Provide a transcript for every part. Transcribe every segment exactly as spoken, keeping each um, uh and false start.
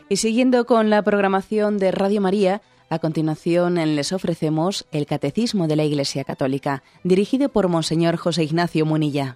Y siguiendo con la programación de Radio María, a continuación les ofrecemos el Catecismo de la Iglesia Católica, dirigido por Monseñor José Ignacio Munilla.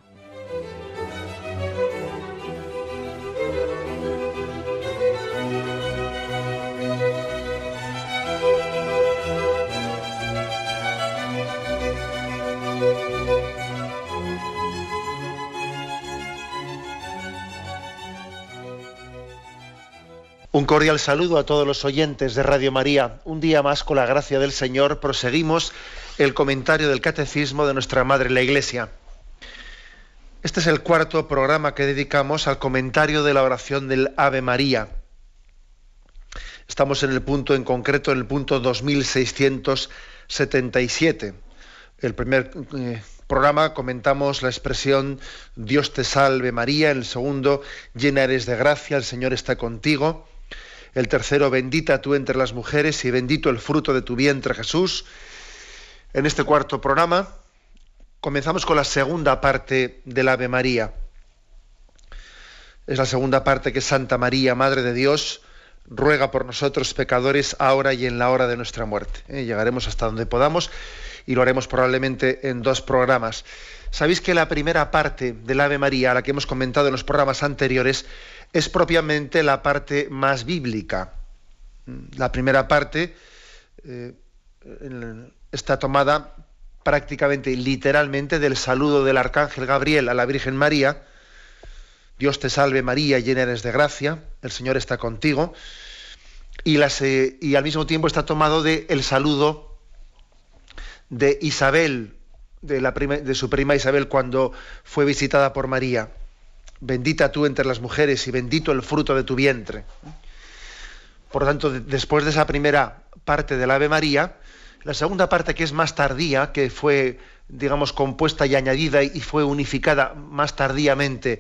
Un cordial saludo a todos los oyentes de Radio María. Un día más, con la gracia del Señor, proseguimos el comentario del Catecismo de nuestra Madre la Iglesia. Este es el cuarto programa que dedicamos al comentario de la oración del Ave María. Estamos en el punto en concreto, en el punto dos mil seiscientos setenta y siete. El primer eh, programa comentamos la expresión Dios te salve María, el segundo, llena eres de gracia, el Señor está contigo. El tercero, bendita tú entre las mujeres y bendito el fruto de tu vientre, Jesús. En este cuarto programa comenzamos con la segunda parte del Ave María. Es la segunda parte que es Santa María, Madre de Dios, ruega por nosotros pecadores, ahora y en la hora de nuestra muerte. ¿Eh? Llegaremos hasta donde podamos y lo haremos probablemente en dos programas. Sabéis que la primera parte del Ave María, a la que hemos comentado en los programas anteriores, es propiamente la parte más bíblica. La primera parte eh, está tomada prácticamente literalmente del saludo del arcángel Gabriel a la Virgen María. Dios te salve María, llena eres de gracia, el Señor está contigo. Y, las, eh, y al mismo tiempo está tomado del saludo de Isabel, de, la prima, de su prima Isabel, cuando fue visitada por María. Bendita tú entre las mujeres y bendito el fruto de tu vientre. Por lo tanto, de, después de esa primera parte del Ave María, la segunda parte, que es más tardía, que fue, digamos, compuesta y añadida y fue unificada más tardíamente,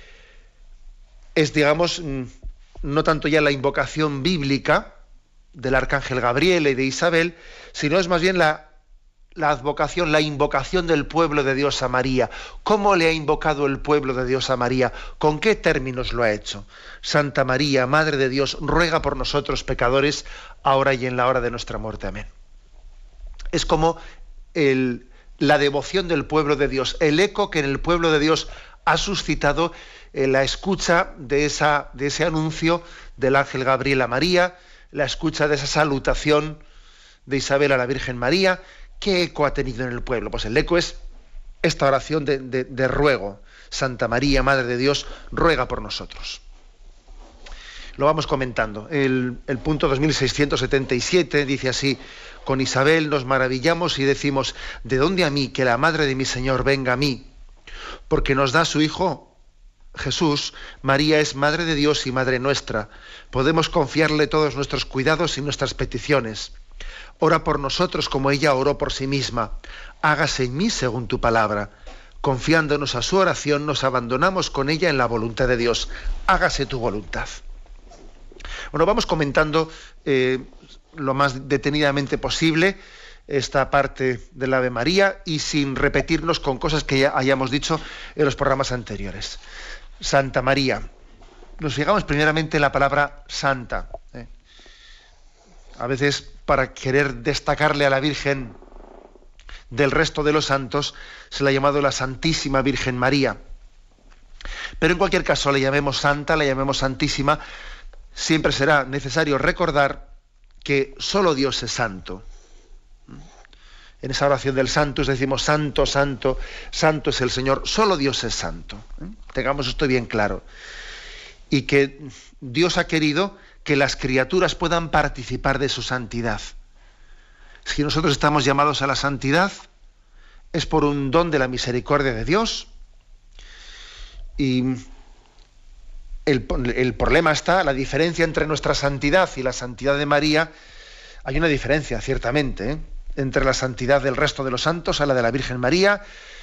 es, digamos, no tanto ya la invocación bíblica del arcángel Gabriel y de Isabel, sino es más bien la la advocación, la invocación del pueblo de Dios a María. ¿Cómo le ha invocado el pueblo de Dios a María? ¿Con qué términos lo ha hecho? Santa María, Madre de Dios, ruega por nosotros pecadores, ahora y en la hora de nuestra muerte. Amén. Es como el, la devoción del pueblo de Dios, el eco que en el pueblo de Dios ha suscitado eh, la escucha de, esa, de ese anuncio del ángel Gabriel a María, la escucha de esa salutación de Isabel a la Virgen María. ¿Qué eco ha tenido en el pueblo? Pues el eco es esta oración de, de, de ruego. Santa María, Madre de Dios, ruega por nosotros. Lo vamos comentando. El, el punto dos mil seiscientos setenta y siete dice así: con Isabel nos maravillamos y decimos, ¿de dónde a mí que la Madre de mi Señor venga a mí? Porque nos da su Hijo Jesús. María es Madre de Dios y Madre nuestra. Podemos confiarle todos nuestros cuidados y nuestras peticiones. Ora por nosotros como ella oró por sí misma. Hágase en mí según tu palabra. Confiándonos a su oración, nos abandonamos con ella en la voluntad de Dios. Hágase tu voluntad. Bueno, vamos comentando eh, lo más detenidamente posible esta parte del Ave María y sin repetirnos con cosas que ya hayamos dicho en los programas anteriores. Santa María. Nos fijamos primeramente en la palabra santa. ¿eh? A veces, para querer destacarle a la Virgen del resto de los santos, se la ha llamado la Santísima Virgen María. Pero en cualquier caso, la llamemos santa, la llamemos santísima, siempre será necesario recordar que solo Dios es santo. En esa oración del Santos decimos, santo, santo, santo es el Señor, solo Dios es santo. Tengamos esto bien claro. Y que Dios ha querido que las criaturas puedan participar de su santidad. Si nosotros estamos llamados a la santidad, es por un don de la misericordia de Dios. Y el, el problema está, la diferencia entre nuestra santidad y la santidad de María, hay una diferencia, ciertamente, ¿eh? entre la santidad del resto de los santos a la de la Virgen María,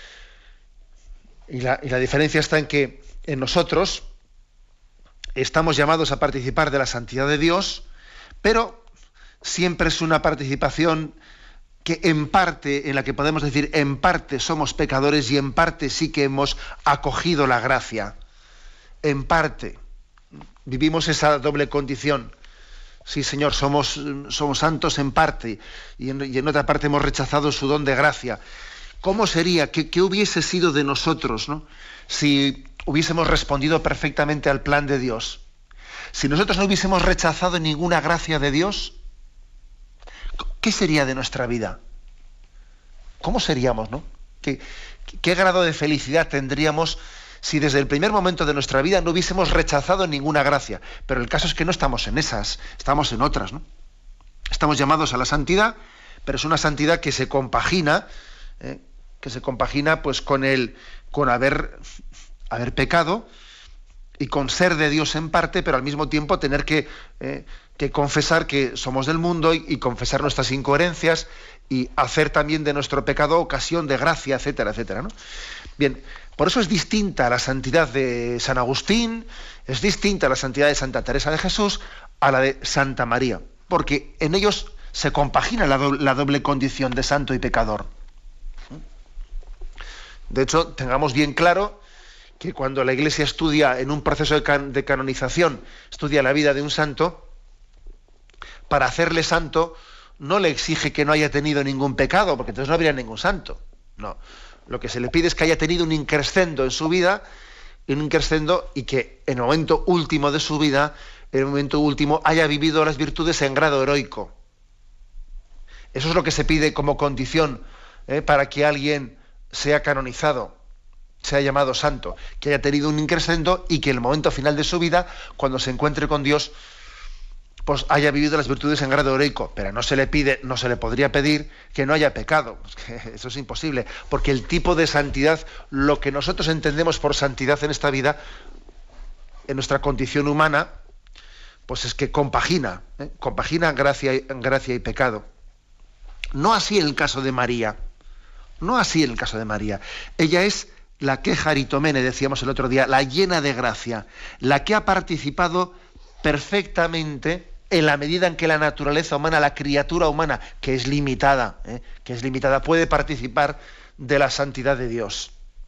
y la, y la diferencia está en que en nosotros estamos llamados a participar de la santidad de Dios, pero siempre es una participación que en parte, en la que podemos decir, en parte somos pecadores y en parte sí que hemos acogido la gracia. En parte vivimos esa doble condición. Sí, Señor, somos, somos santos en parte y en, y en otra parte hemos rechazado su don de gracia. ¿Cómo sería? ¿Qué, qué hubiese sido de nosotros, ¿no?, si hubiésemos respondido perfectamente al plan de Dios? Si nosotros no hubiésemos rechazado ninguna gracia de Dios, ¿qué sería de nuestra vida? ¿Cómo seríamos, no? ¿Qué, qué grado de felicidad tendríamos si desde el primer momento de nuestra vida no hubiésemos rechazado ninguna gracia? Pero el caso es que no estamos en esas, estamos en otras, ¿no? Estamos llamados a la santidad, pero es una santidad que se compagina, ¿eh? que se compagina pues con el, con haber, haber pecado y con ser de Dios en parte, pero al mismo tiempo tener que, eh, que confesar que somos del mundo y, y confesar nuestras incoherencias y hacer también de nuestro pecado ocasión de gracia, etcétera, etcétera, ¿no? Bien, por eso es distinta la santidad de San Agustín, es distinta la santidad de Santa Teresa de Jesús a la de Santa María, porque en ellos se compagina la doble, la doble condición de santo y pecador. De hecho, tengamos bien claro que cuando la Iglesia estudia en un proceso de, can, de canonización, estudia la vida de un santo, para hacerle santo no le exige que no haya tenido ningún pecado, porque entonces no habría ningún santo. No. Lo que se le pide es que haya tenido un increscendo en su vida, un increscendo, y que en el momento último de su vida, en el momento último, haya vivido las virtudes en grado heroico. Eso es lo que se pide como condición ¿eh? para que alguien sea canonizado, sea llamado santo, que haya tenido un increscendo y que en el momento final de su vida, cuando se encuentre con Dios, pues haya vivido las virtudes en grado heroico. Pero no se le pide, no se le podría pedir que no haya pecado. Pues que eso es imposible, porque el tipo de santidad, lo que nosotros entendemos por santidad en esta vida, en nuestra condición humana, pues es que compagina, ¿eh? compagina gracia, gracia y pecado. No así en el caso de María. No así en el caso de María. Ella es la que Jaritomene, decíamos el otro día, la llena de gracia, la que ha participado perfectamente en la medida en que la naturaleza humana, la criatura humana, que es limitada, ¿eh? que es limitada, puede participar de la santidad de Dios.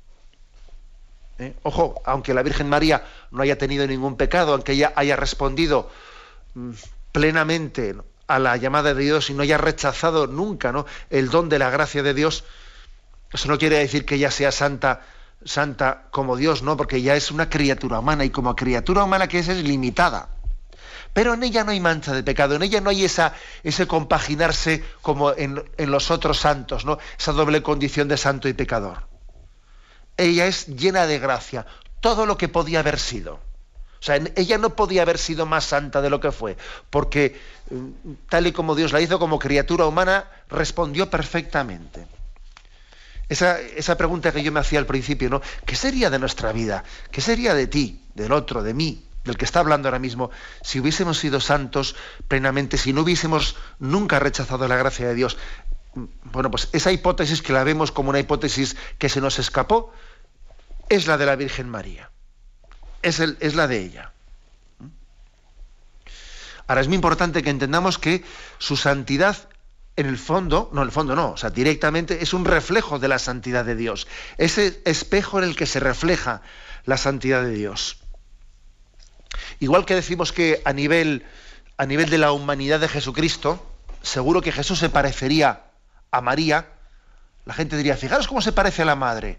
¿Eh? Ojo, aunque la Virgen María no haya tenido ningún pecado, aunque ella haya respondido mmm, plenamente a la llamada de Dios y no haya rechazado nunca, ¿no?, el don de la gracia de Dios, eso no quiere decir que ella sea santa, santa como Dios, no, porque ella es una criatura humana y como criatura humana que es, es limitada. Pero en ella no hay mancha de pecado, en ella no hay esa, ese compaginarse como en, en los otros santos, ¿no?, esa doble condición de santo y pecador. Ella es llena de gracia, todo lo que podía haber sido. O sea, ella no podía haber sido más santa de lo que fue, porque tal y como Dios la hizo como criatura humana, respondió perfectamente. Esa, esa pregunta que yo me hacía al principio, ¿no? ¿Qué sería de nuestra vida? ¿Qué sería de ti, del otro, de mí, del que está hablando ahora mismo, si hubiésemos sido santos plenamente, si no hubiésemos nunca rechazado la gracia de Dios? Bueno, pues esa hipótesis que la vemos como una hipótesis que se nos escapó, es la de la Virgen María. Es, el, es la de ella. Ahora, es muy importante que entendamos que su santidad, en el fondo, no, en el fondo no, o sea, directamente es un reflejo de la santidad de Dios. Ese espejo en el que se refleja la santidad de Dios. Igual que decimos que a nivel, a nivel de la humanidad de Jesucristo, seguro que Jesús se parecería a María, la gente diría, fijaros cómo se parece a la madre.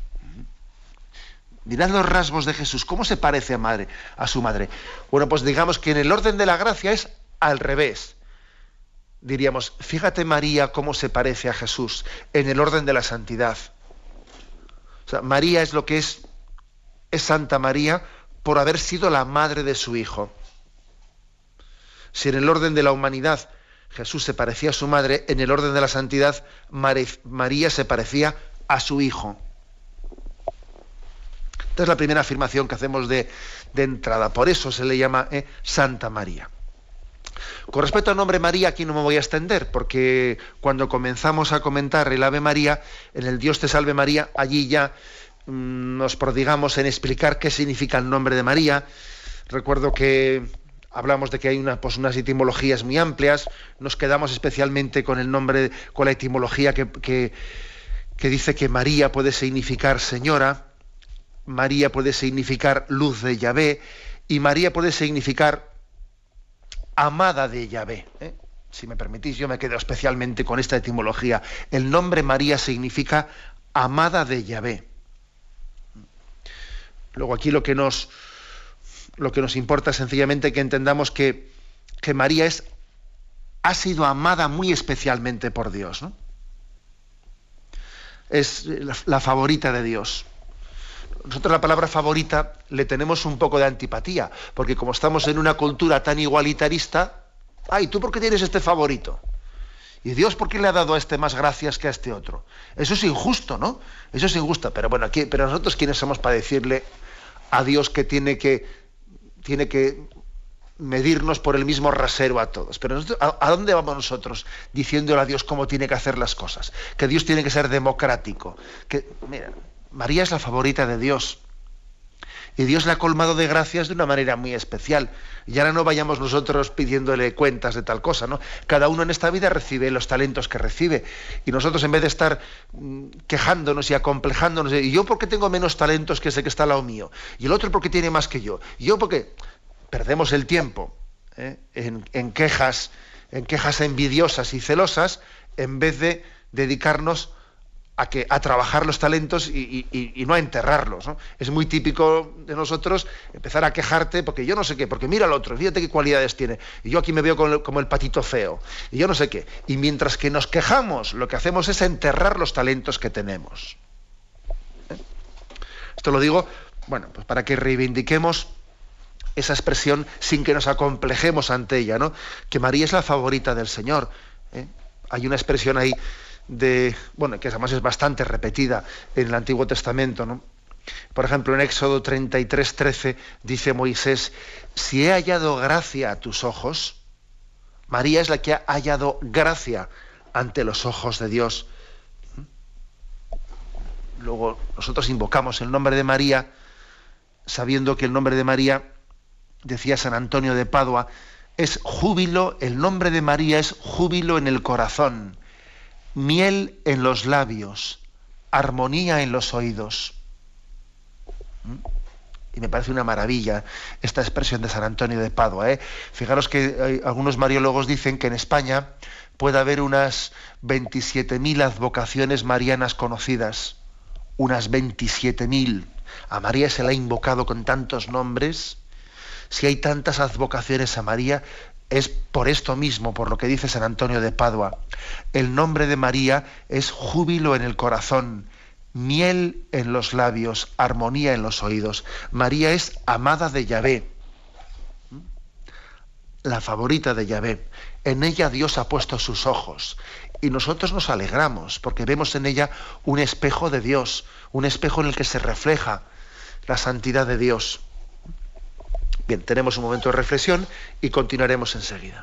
Mirad los rasgos de Jesús, cómo se parece a, madre, a su madre. Bueno, pues digamos que en el orden de la gracia es al revés. Diríamos, fíjate María cómo se parece a Jesús en el orden de la santidad. O sea, María es lo que es, es Santa María por haber sido la madre de su Hijo. Si en el orden de la humanidad Jesús se parecía a su madre, en el orden de la santidad María se parecía a su Hijo. Esta es la primera afirmación que hacemos de, de entrada. Por eso se le llama eh, Santa María. Con respecto al nombre María, aquí no me voy a extender, porque cuando comenzamos a comentar el Ave María, en el Dios te salve María, allí ya mmm, nos prodigamos en explicar qué significa el nombre de María. Recuerdo que hablamos de que hay una, pues, unas etimologías muy amplias, nos quedamos especialmente con el nombre, con la etimología que, que, que dice que María puede significar señora, María puede significar luz de Yahvé, y María puede significar amada de Yahvé. ¿eh? Si me permitís, yo me quedo especialmente con esta etimología. El nombre María significa amada de Yahvé. Luego aquí lo que nos, lo que nos importa es sencillamente que entendamos que, que María es, ha sido amada muy especialmente por Dios, ¿no? Es la, la favorita de Dios. Nosotros la palabra favorita le tenemos un poco de antipatía, porque como estamos en una cultura tan igualitarista, ay, ¿tú por qué tienes este favorito? ¿Y Dios por qué le ha dado a este más gracias que a este otro? Eso es injusto, ¿no? Eso es injusto. Pero bueno, aquí, pero nosotros quiénes somos para decirle a Dios que tiene que, tiene que medirnos por el mismo rasero a todos. Pero nosotros, ¿a, ¿a dónde vamos nosotros diciéndole a Dios cómo tiene que hacer las cosas? Que Dios tiene que ser democrático. Que, mira, María es la favorita de Dios. Y Dios la ha colmado de gracias de una manera muy especial. Y ahora no vayamos nosotros pidiéndole cuentas de tal cosa, ¿no? Cada uno en esta vida recibe los talentos que recibe. Y nosotros, en vez de estar mm, quejándonos y acomplejándonos, y yo porque tengo menos talentos que ese que está al lado mío, y el otro porque tiene más que yo, y yo porque perdemos el tiempo ¿eh? en, en quejas, en quejas envidiosas y celosas, en vez de dedicarnos a, que, a trabajar los talentos y, y, y no a enterrarlos, ¿no? Es muy típico de nosotros empezar a quejarte porque yo no sé qué, porque mira al otro, fíjate qué cualidades tiene, y yo aquí me veo como el, como el patito feo, y yo no sé qué. Y mientras que nos quejamos, lo que hacemos es enterrar los talentos que tenemos. ¿Eh? Esto lo digo, bueno, pues para que reivindiquemos esa expresión sin que nos acomplejemos ante ella, ¿no? Que María es la favorita del Señor. ¿eh? Hay una expresión ahí de, bueno, que además es bastante repetida en el Antiguo Testamento, ¿no? Por ejemplo, en Éxodo treinta y tres, trece dice Moisés: si he hallado gracia a tus ojos, María es la que ha hallado gracia ante los ojos de Dios. Luego nosotros invocamos el nombre de María, sabiendo que el nombre de María, decía San Antonio de Padua, es júbilo, el nombre de María es júbilo en el corazón, miel en los labios, armonía en los oídos. ¿Mm? Y me parece una maravilla esta expresión de San Antonio de Padua. ¿eh? Fijaros que hay, algunos mariólogos dicen que en España puede haber unas veintisiete mil advocaciones marianas conocidas. Unas veintisiete mil. A María se la ha invocado con tantos nombres. Si hay tantas advocaciones a María, es por esto mismo, por lo que dice San Antonio de Padua. El nombre de María es júbilo en el corazón, miel en los labios, armonía en los oídos. María es amada de Yahvé, la favorita de Yahvé. En ella Dios ha puesto sus ojos y nosotros nos alegramos porque vemos en ella un espejo de Dios, un espejo en el que se refleja la santidad de Dios. Bien, tenemos un momento de reflexión y continuaremos enseguida.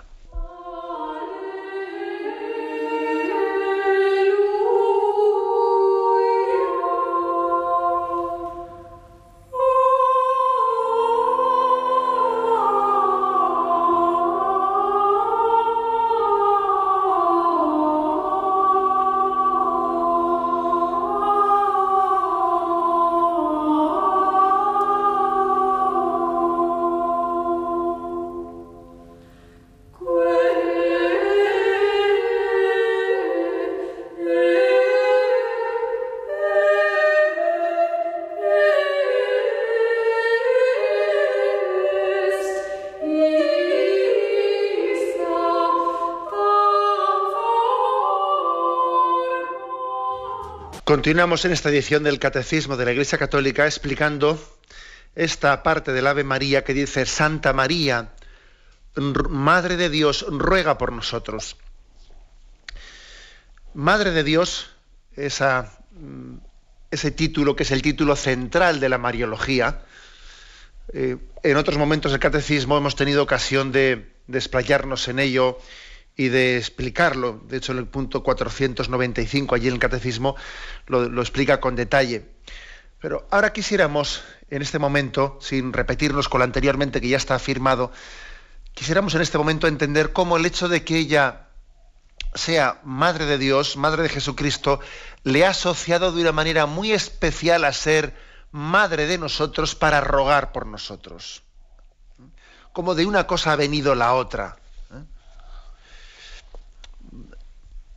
Continuamos en esta edición del Catecismo de la Iglesia Católica explicando esta parte del Ave María que dice: Santa María, Madre de Dios, ruega por nosotros. Madre de Dios, esa, ese título que es el título central de la Mariología. Eh, en otros momentos del Catecismo hemos tenido ocasión de, de explayarnos en ello y de explicarlo. De hecho, en el punto cuatrocientos noventa y cinco, allí en el Catecismo, lo, lo explica con detalle. Pero ahora quisiéramos, en este momento, sin repetirnos con lo anteriormente que ya está afirmado, quisiéramos en este momento entender cómo el hecho de que ella sea Madre de Dios, Madre de Jesucristo, le ha asociado de una manera muy especial a ser Madre de nosotros para rogar por nosotros. Como de una cosa ha venido la otra.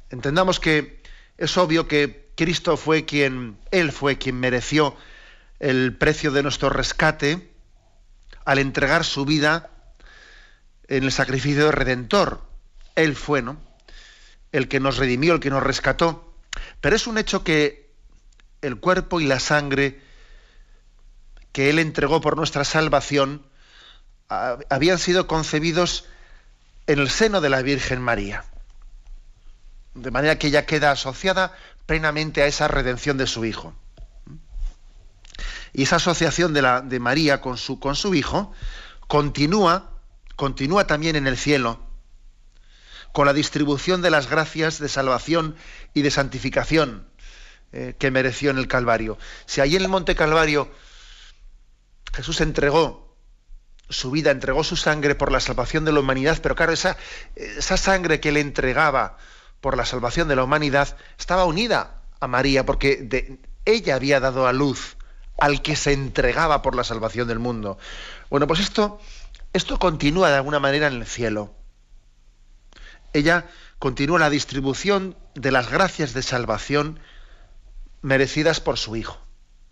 Entendamos que es obvio que Cristo fue quien, Él fue quien mereció el precio de nuestro rescate al entregar su vida en el sacrificio redentor. Él fue, ¿no?, el que nos redimió, el que nos rescató. Pero es un hecho que el cuerpo y la sangre que Él entregó por nuestra salvación habían sido concebidos en el seno de la Virgen María. De manera que ella queda asociada plenamente a esa redención de su Hijo. Y esa asociación de, la, de María con su, con su Hijo continúa, continúa también en el cielo, con la distribución de las gracias de salvación y de santificación eh, que mereció en el Calvario. Si allí en el Monte Calvario Jesús entregó su vida, entregó su sangre por la salvación de la humanidad, pero claro, esa, esa sangre que Él entregaba por la salvación de la humanidad estaba unida a María, porque de, ella había dado a luz al que se entregaba por la salvación del mundo. Bueno, pues esto, esto continúa de alguna manera en el cielo. Ella continúa la distribución de las gracias de salvación merecidas por su Hijo.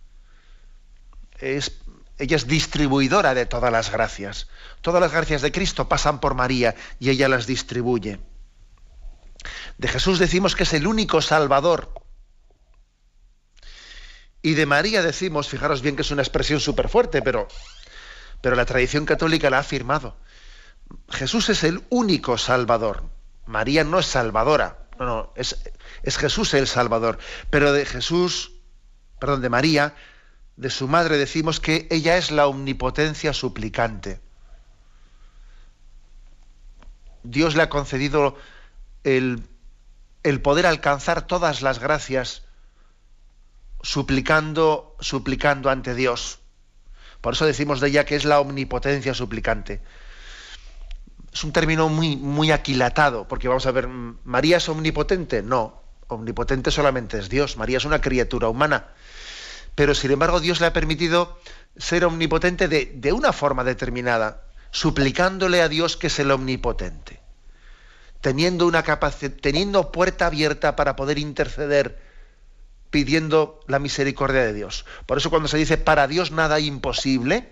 Es, ella es distribuidora de todas las gracias. Todas las gracias de Cristo pasan por María y ella las distribuye. De Jesús decimos que es el único Salvador. Y de María decimos, fijaros bien que es una expresión súper fuerte, pero, pero la tradición católica la ha afirmado. Jesús es el único Salvador. María no es salvadora, no, no, es, es Jesús el Salvador. Pero de Jesús, perdón, de María, de su madre decimos que ella es la omnipotencia suplicante. Dios le ha concedido el, el poder alcanzar todas las gracias suplicando, suplicando ante Dios. Por eso decimos de ella que es la omnipotencia suplicante. Es un término muy, muy aquilatado, porque vamos a ver, ¿María es omnipotente? No, omnipotente solamente es Dios. María es una criatura humana. Pero sin embargo Dios le ha permitido ser omnipotente de, de una forma determinada, suplicándole a Dios que es el omnipotente, teniendo una capacidad, teniendo puerta abierta para poder interceder, pidiendo la misericordia de Dios. Por eso cuando se dice para Dios nada imposible,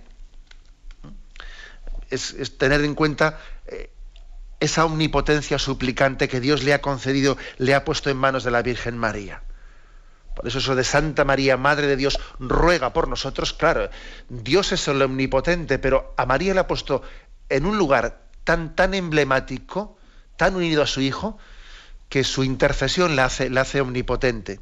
es, es tener en cuenta eh, esa omnipotencia suplicante que Dios le ha concedido, le ha puesto en manos de la Virgen María. Por eso eso de Santa María, Madre de Dios, ruega por nosotros. Claro, Dios es el omnipotente, pero a María le ha puesto en un lugar tan, tan emblemático, tan unido a su Hijo, que su intercesión la hace, la hace omnipotente.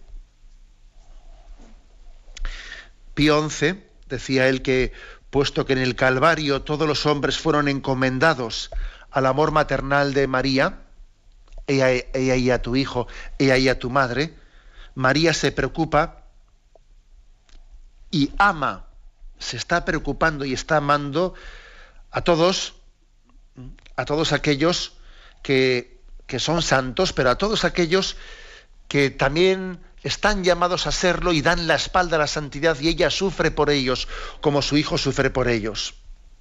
Pío once decía él que, puesto que en el Calvario todos los hombres fueron encomendados al amor maternal de María, ella, ella y a tu Hijo, ella y a tu Madre, María se preocupa y ama, se está preocupando y está amando a todos, a todos aquellos que, que son santos, pero a todos aquellos que también están llamados a serlo y dan la espalda a la santidad, y ella sufre por ellos como su Hijo sufre por ellos.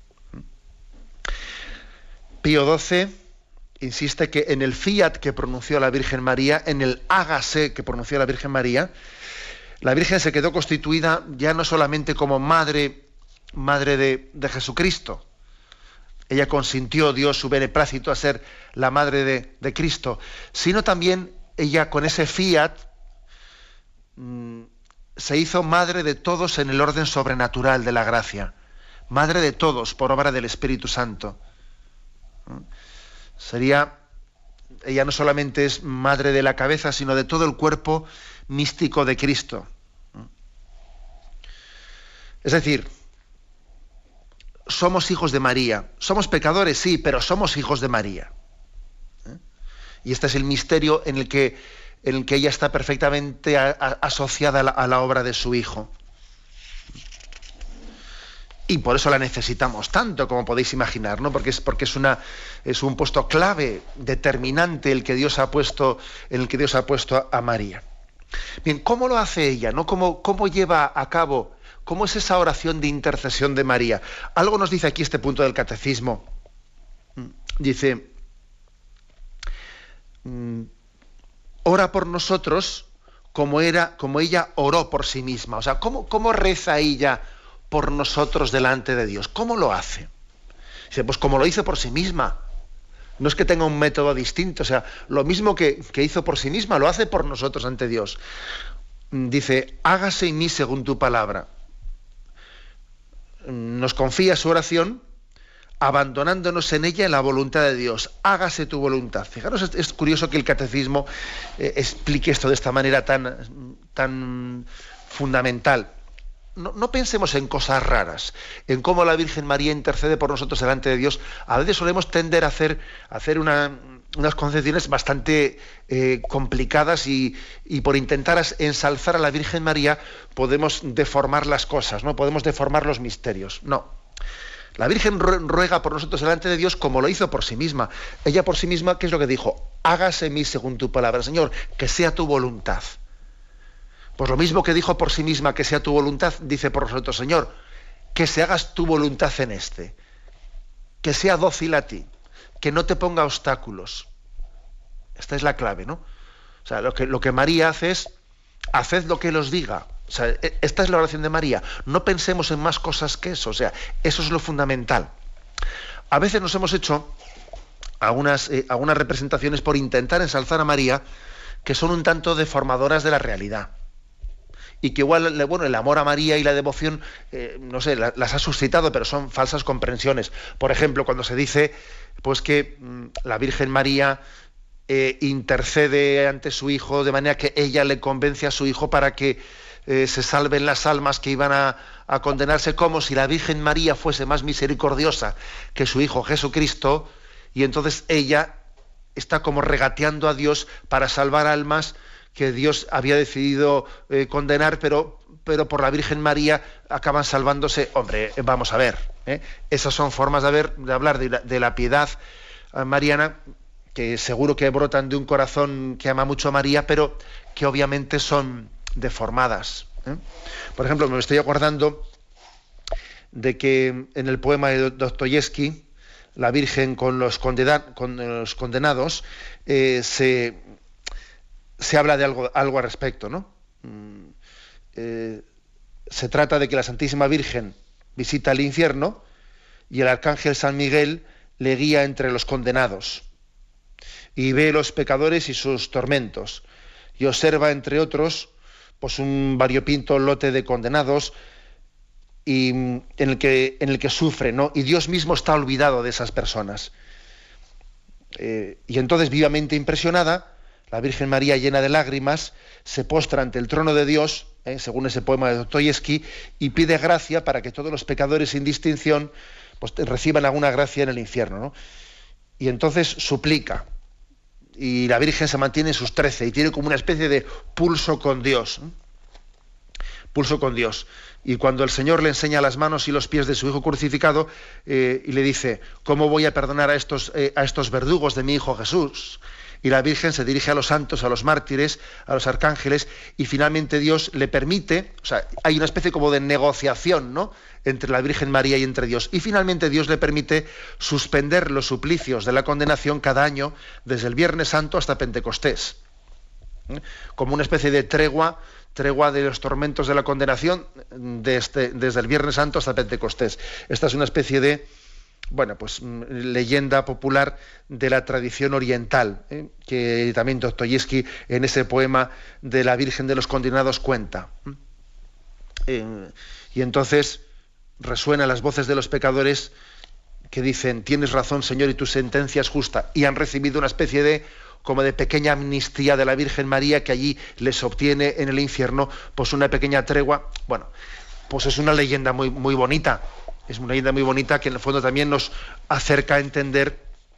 Pío doce insiste que en el fiat que pronunció la Virgen María, en el hágase que pronunció la Virgen María, la Virgen se quedó constituida ya no solamente como madre, madre de, de Jesucristo. Ella consintió, dio su beneplácito a ser la madre de, de Cristo, sino también ella con ese fiat mmm, se hizo madre de todos en el orden sobrenatural de la gracia, madre de todos por obra del Espíritu Santo. Sería, ella no solamente es madre de la cabeza, sino de todo el cuerpo místico de Cristo. Es decir, somos hijos de María. Somos pecadores, sí, pero somos hijos de María. Y este es el misterio en el que, en el que ella está perfectamente a, a, asociada a la, a la obra de su Hijo. Y por eso la necesitamos tanto, como podéis imaginar, ¿no? Porque es, porque es, una, es un puesto clave, determinante, el que Dios ha puesto, en el que Dios ha puesto a, a María. Bien, ¿cómo lo hace ella, no? ¿Cómo, cómo lleva a cabo? ¿Cómo es esa oración de intercesión de María? Algo nos dice aquí este punto del catecismo. Dice, oh ora por nosotros como, era, como ella oró por sí misma. O sea, ¿cómo, cómo reza ella por nosotros delante de Dios? ¿Cómo lo hace? Dice, pues como lo hizo por sí misma. No es que tenga un método distinto, o sea, lo mismo que, que hizo por sí misma, lo hace por nosotros ante Dios. Dice, hágase en mí según tu palabra. Nos confía su oración, abandonándonos en ella en la voluntad de Dios. Hágase tu voluntad. Fijaros, es, es curioso que el catecismo eh, explique esto de esta manera tan, tan fundamental. No, no pensemos en cosas raras, en cómo la Virgen María intercede por nosotros delante de Dios. A veces solemos tender a hacer, a hacer una, unas concepciones bastante eh, complicadas y, y por intentar ensalzar a la Virgen María podemos deformar las cosas, ¿no? Podemos deformar los misterios. No. La Virgen ruega por nosotros delante de Dios como lo hizo por sí misma. Ella por sí misma, ¿qué es lo que dijo? Hágase en mí según tu palabra. Señor, que sea tu voluntad. Pues lo mismo que dijo por sí misma que sea tu voluntad, dice por nosotros, Señor, que se hagas tu voluntad en este, que sea dócil a ti, que no te ponga obstáculos. Esta es la clave, ¿no? O sea, lo que, lo que María hace es, haced lo que Él os diga. O sea, esta es la oración de María. No pensemos en más cosas que eso, o sea, eso es lo fundamental. A veces nos hemos hecho algunas, eh, algunas representaciones por intentar ensalzar a María que son un tanto deformadoras de la realidad. Y que igual, bueno, el amor a María y la devoción, eh, no sé, la, las ha suscitado, pero son falsas comprensiones. Por ejemplo, cuando se dice pues que mmm, la Virgen María eh, intercede ante su hijo, de manera que ella le convence a su hijo para que eh, se salven las almas que iban a, a condenarse, como si la Virgen María fuese más misericordiosa que su hijo Jesucristo, y entonces ella está como regateando a Dios para salvar almas que Dios había decidido eh, condenar, pero, pero por la Virgen María acaban salvándose. Hombre, vamos a ver, ¿eh? Esas son formas de, ver, de hablar de la, de la piedad eh, mariana, que seguro que brotan de un corazón que ama mucho a María, pero que obviamente son deformadas, ¿eh? Por ejemplo, me estoy acordando de que en el poema de Dostoyevsky, La Virgen con los, condena, con los condenados, eh, se... se habla de algo, algo al respecto, ¿no? Eh, se trata de que la Santísima Virgen visita el infierno y el arcángel San Miguel le guía entre los condenados y ve los pecadores y sus tormentos y observa, entre otros, pues un variopinto lote de condenados y en el que, en el que sufre, ¿no? Y Dios mismo está olvidado de esas personas. Eh, y entonces, vivamente impresionada, la Virgen María, llena de lágrimas, se postra ante el trono de Dios, eh, según ese poema de Dostoyevsky, y pide gracia para que todos los pecadores sin distinción pues, reciban alguna gracia en el infierno, ¿no? Y entonces suplica, y la Virgen se mantiene en sus trece, y tiene como una especie de pulso con Dios, ¿eh? Pulso con Dios. Y cuando el Señor le enseña las manos y los pies de su Hijo crucificado, eh, y le dice, ¿cómo voy a perdonar a estos, eh, a estos verdugos de mi Hijo Jesús? Y la Virgen se dirige a los santos, a los mártires, a los arcángeles, y finalmente Dios le permite, o sea, hay una especie como de negociación, ¿no?, entre la Virgen María y entre Dios. Y finalmente Dios le permite suspender los suplicios de la condenación cada año, desde el Viernes Santo hasta Pentecostés. ¿Eh? Como una especie de tregua, tregua de los tormentos de la condenación desde, desde el Viernes Santo hasta Pentecostés. Esta es una especie de bueno, pues leyenda popular de la tradición oriental, ¿eh? que también Dostoyevsky en ese poema de la Virgen de los Condenados cuenta. Eh, y entonces resuenan las voces de los pecadores que dicen, tienes razón, Señor, y tu sentencia es justa, y han recibido una especie de como de pequeña amnistía de la Virgen María, que allí les obtiene en el infierno pues una pequeña tregua. Bueno, pues es una leyenda muy, muy bonita. Es una leyenda muy bonita que en el fondo también nos acerca a entender,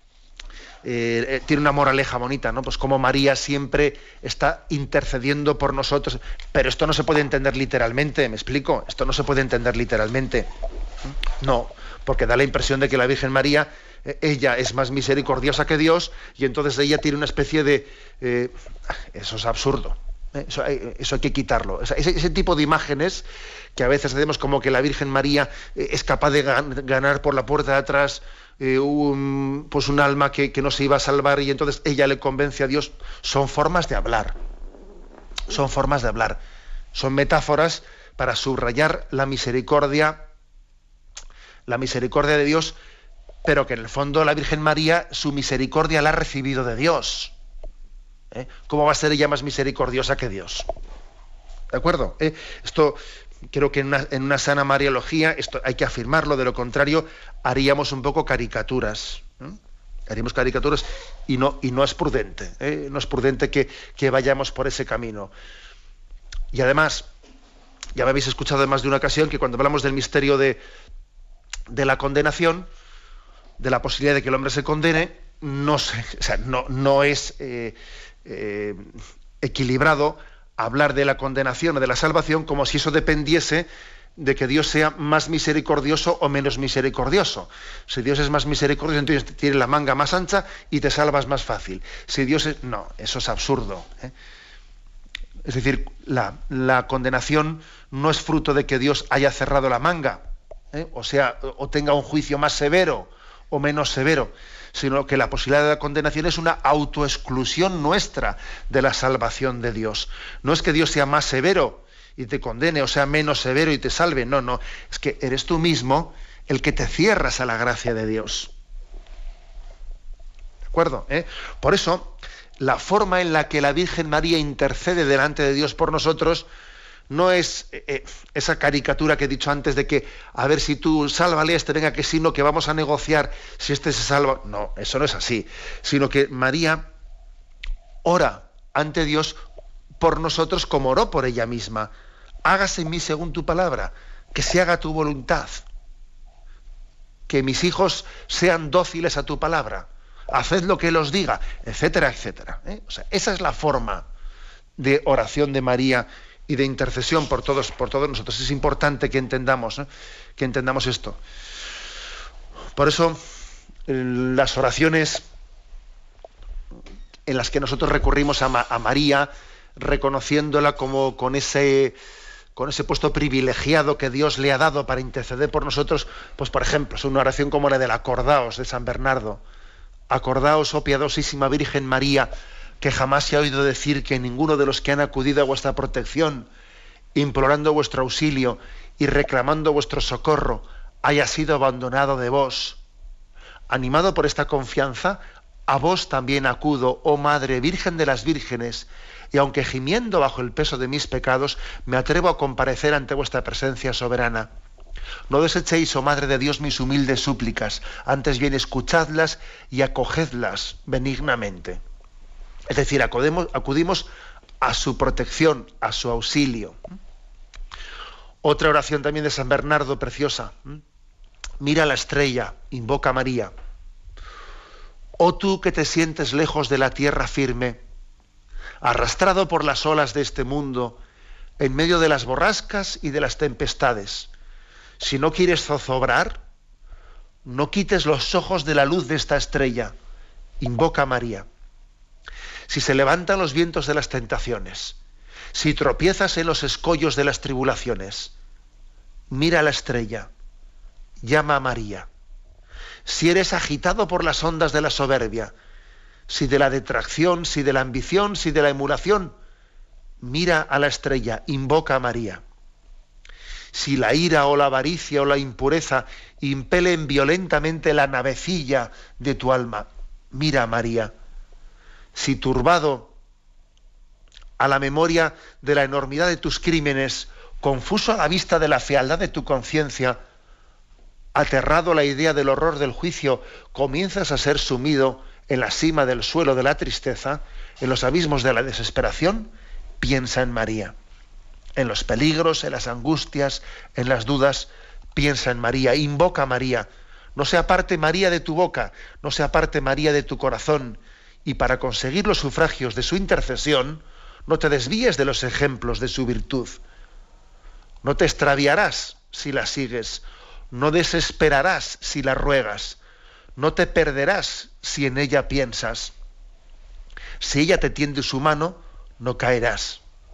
eh, tiene una moraleja bonita, ¿no? Pues como María siempre está intercediendo por nosotros, pero esto no se puede entender literalmente, ¿me explico? Esto no se puede entender literalmente. No, porque da la impresión de que la Virgen María, eh, ella es más misericordiosa que Dios, y entonces ella tiene una especie de... Eh, eso es absurdo. ¿eh? Eso, hay, eso hay que quitarlo. Ese, ese tipo de imágenes que a veces hacemos como que la Virgen María eh, es capaz de gan- ganar por la puerta de atrás eh, un, pues un alma que, que no se iba a salvar y entonces ella le convence a Dios, son formas de hablar. Son formas de hablar. Son metáforas para subrayar la misericordia, la misericordia de Dios, pero que en el fondo la Virgen María, su misericordia la ha recibido de Dios. ¿Eh? ¿Cómo va a ser ella más misericordiosa que Dios? ¿De acuerdo? ¿Eh? Esto creo que en una, en una sana mariología esto hay que afirmarlo, de lo contrario haríamos un poco caricaturas. ¿eh? Haríamos caricaturas y no, y no es prudente. ¿eh? No es prudente que, que vayamos por ese camino. Y además, ya me habéis escuchado en más de una ocasión que cuando hablamos del misterio de, de la condenación, de la posibilidad de que el hombre se condene, no, se, o sea, no, no es eh, eh, equilibrado hablar de la condenación o de la salvación como si eso dependiese de que Dios sea más misericordioso o menos misericordioso. Si Dios es más misericordioso, entonces tiene la manga más ancha y te salvas más fácil. Si Dios es... No, eso es absurdo. ¿eh? Es decir, la, la condenación no es fruto de que Dios haya cerrado la manga, ¿eh? o sea, o tenga un juicio más severo o menos severo, sino que la posibilidad de la condenación es una autoexclusión nuestra de la salvación de Dios. No es que Dios sea más severo y te condene, o sea, menos severo y te salve. No, no. Es que eres tú mismo el que te cierras a la gracia de Dios. ¿De acuerdo? ¿Eh? Por eso, la forma en la que la Virgen María intercede delante de Dios por nosotros no es eh, esa caricatura que he dicho antes de que a ver si tú sálvale a este, venga que sí, no, que vamos a negociar si este se salva. No, eso no es así. Sino que María ora ante Dios por nosotros como oró por ella misma. Hágase en mí según tu palabra, que se haga tu voluntad, que mis hijos sean dóciles a tu palabra, haced lo que Él os diga, etcétera, etcétera. ¿eh? O sea, esa es la forma de oración de María y de intercesión por todos, por todos nosotros. Es importante que entendamos, ¿eh? que entendamos esto. Por eso, las oraciones en las que nosotros recurrimos a, Ma- a María, reconociéndola como con ese, con ese puesto privilegiado que Dios le ha dado para interceder por nosotros, pues por ejemplo, es una oración como la del Acordaos de San Bernardo. Acordaos, oh piadosísima Virgen María, que jamás se ha oído decir que ninguno de los que han acudido a vuestra protección, implorando vuestro auxilio y reclamando vuestro socorro, haya sido abandonado de vos. Animado por esta confianza, a vos también acudo, oh Madre Virgen de las Vírgenes, y aunque gimiendo bajo el peso de mis pecados, me atrevo a comparecer ante vuestra presencia soberana. No desechéis, oh Madre de Dios, mis humildes súplicas, antes bien escuchadlas y acogedlas benignamente. Es decir, acudimos, acudimos a su protección, a su auxilio. Otra oración también de San Bernardo, preciosa. Mira la estrella, invoca a María. Oh tú que te sientes lejos de la tierra firme, arrastrado por las olas de este mundo, en medio de las borrascas y de las tempestades. Si no quieres zozobrar, no quites los ojos de la luz de esta estrella. Invoca a María. Si se levantan los vientos de las tentaciones, si tropiezas en los escollos de las tribulaciones, mira la estrella, llama a María. Si eres agitado por las ondas de la soberbia, si de la detracción, si de la ambición, si de la emulación, mira a la estrella, invoca a María. Si la ira o la avaricia o la impureza impelen violentamente la navecilla de tu alma, mira a María. Si turbado a la memoria de la enormidad de tus crímenes, confuso a la vista de la fealdad de tu conciencia, aterrado a la idea del horror del juicio, comienzas a ser sumido en la cima del suelo de la tristeza, en los abismos de la desesperación, piensa en María. En los peligros, en las angustias, en las dudas, piensa en María, invoca a María. No se aparte María de tu boca, no se aparte María de tu corazón. Y para conseguir los sufragios de su intercesión, no te desvíes de los ejemplos de su virtud. No te extraviarás si la sigues, no desesperarás si la ruegas, no te perderás si en ella piensas. Si ella te tiende su mano, no caerás.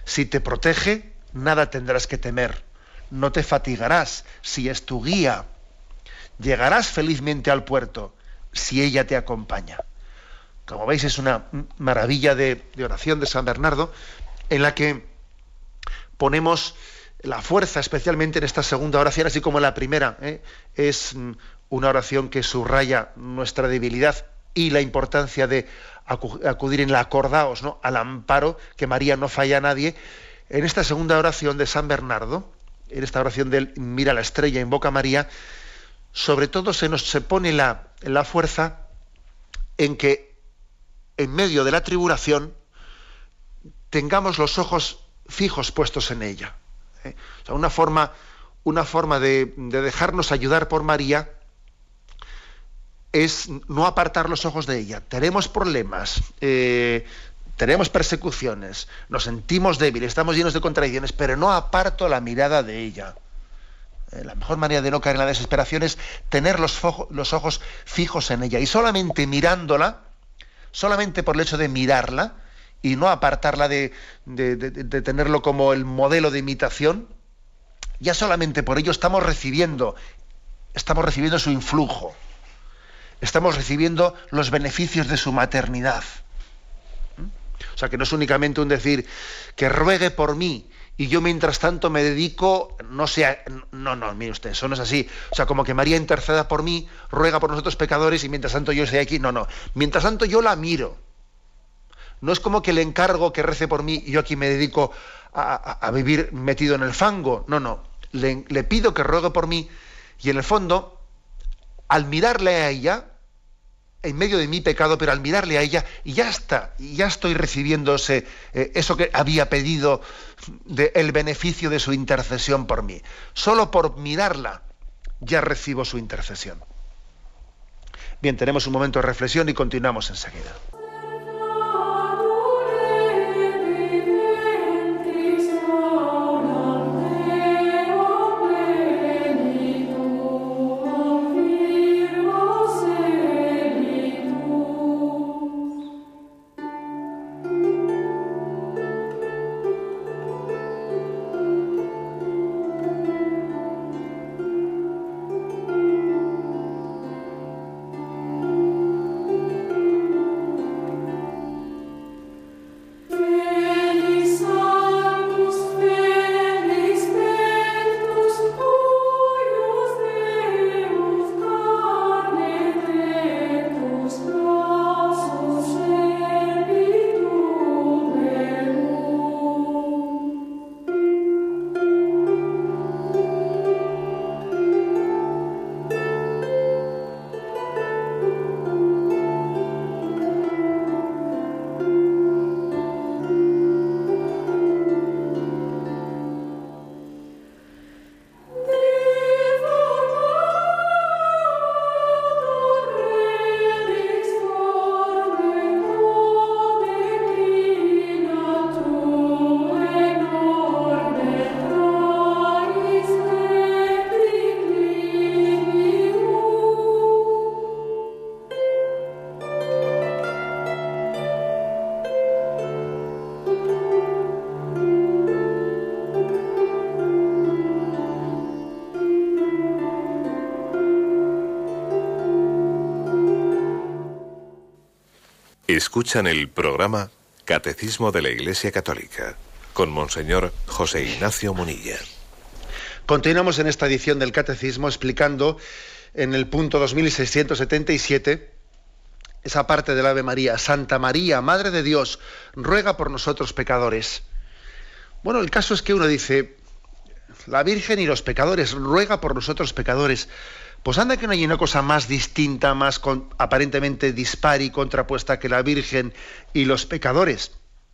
Si te protege, nada tendrás que temer. No te fatigarás si es tu guía. Llegarás felizmente al puerto si ella te acompaña. Como veis, es una maravilla de, de oración de San Bernardo, en la que ponemos la fuerza, especialmente en esta segunda oración, así como en la primera, ¿eh? Es una oración que subraya nuestra debilidad y la importancia de acudir en el acordaos, ¿no?, al amparo, que María no falla a nadie. En esta segunda oración de San Bernardo, en esta oración del mira la estrella, invoca a María, sobre todo se nos se pone la, la fuerza en que en medio de la tribulación tengamos los ojos fijos puestos en ella. ¿eh? O sea, una forma, una forma de, de dejarnos ayudar por María es no apartar los ojos de ella. Tenemos problemas, eh, tenemos persecuciones, nos sentimos débiles, estamos llenos de contradicciones, pero no aparto la mirada de ella. Eh, la mejor manera de no caer en la desesperación es tener los, fo- los ojos fijos en ella, y solamente mirándola, solamente por el hecho de mirarla, y no apartarla de, de, de, de tenerlo como el modelo de imitación, ya solamente por ello estamos recibiendo, estamos recibiendo su influjo. Estamos recibiendo los beneficios de su maternidad. ¿Mm? O sea, que no es únicamente un decir, que ruegue por mí, y yo mientras tanto me dedico, no sé, a... no, no, mire usted, eso no es así. O sea, como que María interceda por mí, ruega por nosotros pecadores, y mientras tanto yo estoy aquí. No, no. Mientras tanto yo la miro. No es como que le encargo que rece por mí y yo aquí me dedico a, a, a vivir metido en el fango. No, no. Le, le pido que ruegue por mí, y en el fondo, al mirarle a ella, en medio de mi pecado, pero al mirarle a ella, y ya está, y ya estoy recibiendo ese, eh, eso que había pedido, de, el beneficio de su intercesión por mí. Solo por mirarla ya recibo su intercesión. Bien, tenemos un momento de reflexión y continuamos enseguida. Escuchan el programa Catecismo de la Iglesia Católica con Monseñor José Ignacio Munilla. Continuamos en esta edición del Catecismo explicando en el punto dos mil seiscientos setenta y siete esa parte del Ave María. Santa María, Madre de Dios, ruega por nosotros pecadores. Bueno, el caso es que uno dice, la Virgen y los pecadores, ruega por nosotros pecadores. Pues anda que no hay una cosa más distinta, más con, aparentemente dispar y contrapuesta que la Virgen y los pecadores.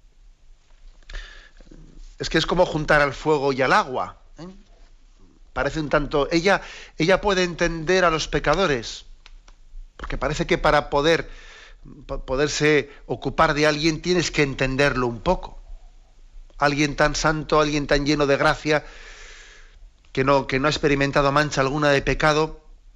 Es que es como juntar al fuego y al agua. ¿eh? Parece un tanto... Ella, ella puede entender a los pecadores, porque parece que para poder poderse ocupar de alguien tienes que entenderlo un poco. Alguien tan santo, alguien tan lleno de gracia, que no, que no ha experimentado mancha alguna de pecado,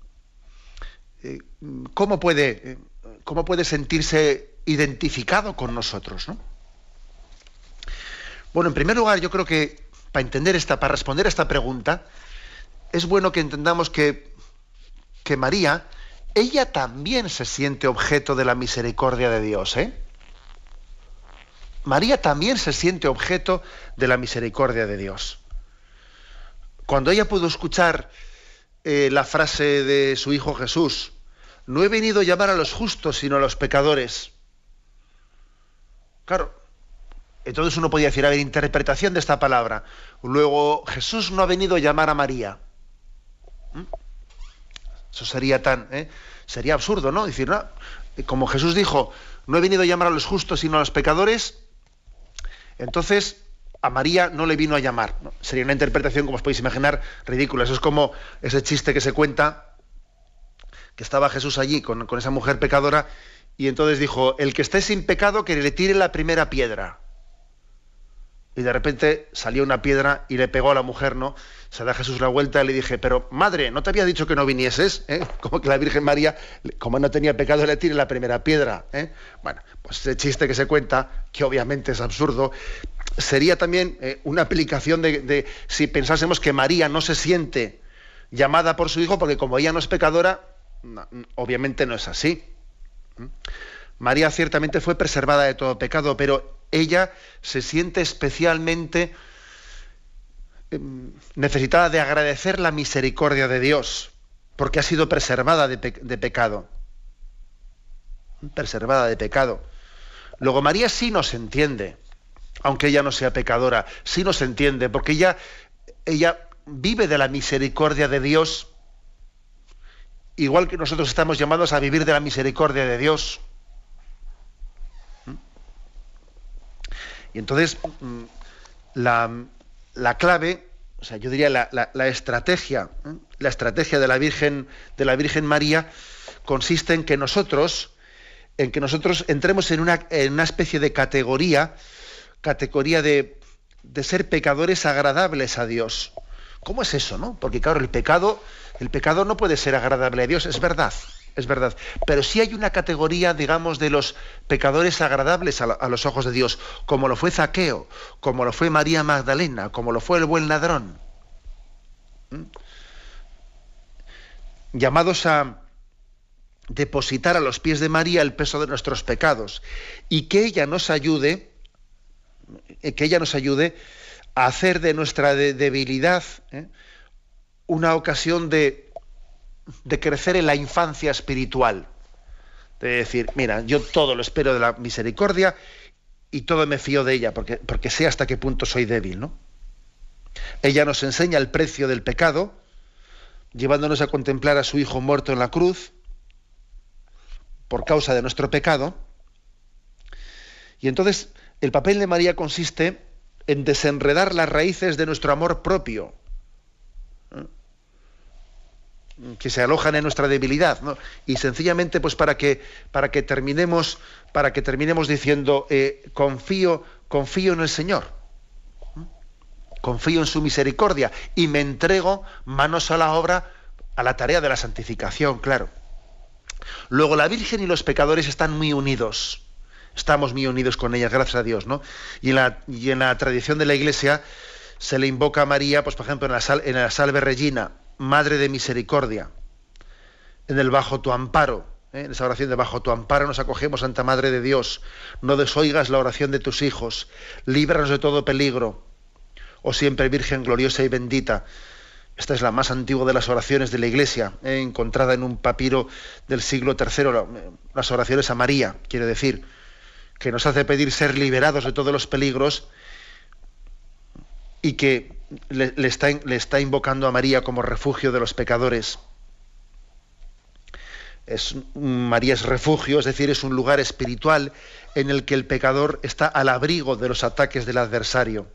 ¿Cómo puede, cómo puede sentirse identificado con nosotros, ¿no? Bueno, en primer lugar, yo creo que para entender esta, para responder a esta pregunta, es bueno que entendamos que, que María, ella también se siente objeto de la misericordia de Dios, ¿eh? María también se siente objeto de la misericordia de Dios. Cuando ella pudo escuchar eh, la frase de su hijo Jesús, no he venido a llamar a los justos, sino a los pecadores. Claro, entonces uno podía decir, a ver, interpretación de esta palabra. Luego, Jesús no ha venido a llamar a María. ¿Mm? Eso sería tan, ¿eh? sería absurdo, ¿no? Decir, no, como Jesús dijo, no he venido a llamar a los justos, sino a los pecadores, entonces a María no le vino a llamar, ¿no? Sería una interpretación, como os podéis imaginar, ridícula. Eso es como ese chiste que se cuenta, que estaba Jesús allí con, con esa mujer pecadora, y entonces dijo, el que esté sin pecado, que le tire la primera piedra. Y de repente salió una piedra y le pegó a la mujer, ¿no? Se da Jesús la vuelta y le dije, pero madre, ¿no te había dicho que no vinieses? ¿Eh? Como que la Virgen María, como no tenía pecado, le tire la primera piedra. ¿eh? Bueno, pues ese chiste que se cuenta, que obviamente es absurdo, sería también eh, una aplicación de, de si pensásemos que María no se siente llamada por su hijo, porque como ella no es pecadora, no, obviamente no es así. ¿Mm? María ciertamente fue preservada de todo pecado, pero ella se siente especialmente eh, necesitada de agradecer la misericordia de Dios, porque ha sido preservada de, pe- de pecado. Preservada de pecado. Luego María sí nos entiende, aunque ella no sea pecadora, sí nos entiende, porque ella, ella vive de la misericordia de Dios, igual que nosotros estamos llamados a vivir de la misericordia de Dios. Y entonces, la, la clave, o sea, yo diría la, la, la estrategia, ¿eh? la estrategia de la Virgen, de la Virgen María, consiste en que nosotros, en que nosotros entremos en una, en una especie de categoría, categoría de, de ser pecadores agradables a Dios. ¿Cómo es eso, no? Porque claro, el pecado, el pecado no puede ser agradable a Dios, es verdad. Es verdad, pero sí hay una categoría, digamos, de los pecadores agradables a, la, a los ojos de Dios, como lo fue Zaqueo, como lo fue María Magdalena, como lo fue el buen ladrón. ¿Mm? Llamados a depositar a los pies de María el peso de nuestros pecados y que ella nos ayude, que ella nos ayude a hacer de nuestra de, debilidad ¿eh? una ocasión de de crecer en la infancia espiritual, de decir, mira, yo todo lo espero de la misericordia y todo me fío de ella, porque, porque sé hasta qué punto soy débil, ¿no? Ella nos enseña el precio del pecado, llevándonos a contemplar a su Hijo muerto en la cruz, por causa de nuestro pecado, y entonces el papel de María consiste en desenredar las raíces de nuestro amor propio, que se alojan en nuestra debilidad, ¿no? Y sencillamente pues para que para que terminemos para que terminemos diciendo eh, confío confío en el Señor, ¿no? Confío en su misericordia y me entrego manos a la obra, a la tarea de la santificación, claro. Luego la Virgen y los pecadores están muy unidos, estamos muy unidos con ellas, gracias a Dios, ¿no? Y en la y en la tradición de la Iglesia se le invoca a María, pues por ejemplo en la sal, en la Salve Regina, Madre de misericordia, en el bajo tu amparo, ¿eh? en esa oración de bajo tu amparo nos acogemos, Santa Madre de Dios, no desoigas la oración de tus hijos, líbranos de todo peligro, oh siempre Virgen gloriosa y bendita. Esta es la más antigua de las oraciones de la Iglesia, ¿eh? encontrada en un papiro del siglo tercero, las oraciones a María, quiere decir, que nos hace pedir ser liberados de todos los peligros y que Le, le, está, le está invocando a María como refugio de los pecadores. Es, María es refugio, es decir, es un lugar espiritual en el que el pecador está al abrigo de los ataques del adversario.